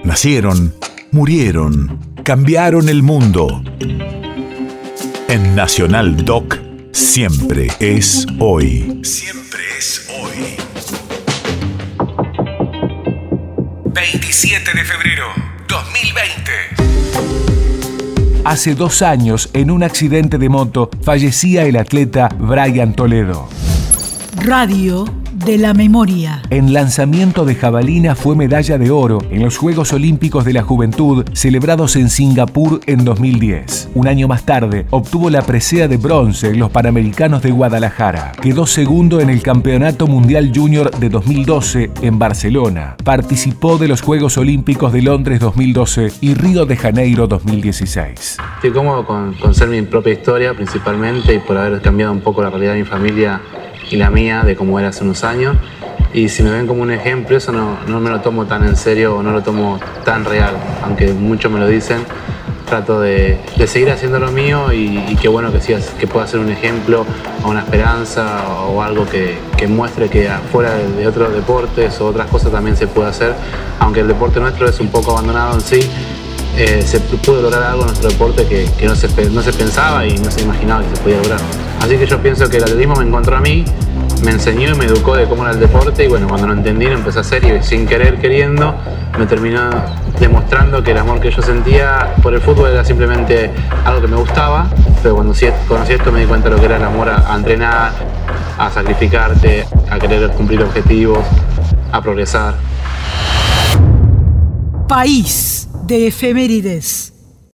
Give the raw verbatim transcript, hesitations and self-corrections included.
Nacieron, murieron, cambiaron el mundo. En Nacional Doc, siempre es hoy. Siempre es hoy. veintisiete de febrero, dos mil veinte. Hace dos años, en un accidente de moto, fallecía el atleta Brian Toledo. Radio de la memoria. En lanzamiento de jabalina fue medalla de oro en los Juegos Olímpicos de la Juventud celebrados en Singapur en dos mil diez. Un año más tarde, obtuvo la presea de bronce en los Panamericanos de Guadalajara. Quedó segundo en el Campeonato Mundial Junior de dos mil doce en Barcelona. Participó de los Juegos Olímpicos de Londres dos mil doce y Río de Janeiro dos mil dieciséis. Estoy cómodo con, con ser mi propia historia principalmente y por haber cambiado un poco la realidad de mi familia y la mía de cómo era hace unos años, y si me ven como un ejemplo, eso no, no me lo tomo tan en serio o no lo tomo tan real, aunque muchos me lo dicen. Trato de, de seguir haciendo lo mío y, y qué bueno que, sigas, que pueda ser un ejemplo o una esperanza o algo que, que muestre que afuera de, de otros deportes o otras cosas también se puede hacer, aunque el deporte nuestro es un poco abandonado en sí. Eh, se pudo lograr algo en nuestro deporte que, que no, se, no se pensaba y no se imaginaba que se podía lograr. Así que yo pienso que el atletismo me encontró a mí, me enseñó y me educó de cómo era el deporte, y bueno, cuando lo entendí lo empecé a hacer y sin querer queriendo me terminó demostrando que el amor que yo sentía por el fútbol era simplemente algo que me gustaba, pero cuando conocí esto me di cuenta de lo que era el amor a, a entrenar, a sacrificarte, a querer cumplir objetivos, a progresar. País de efemérides.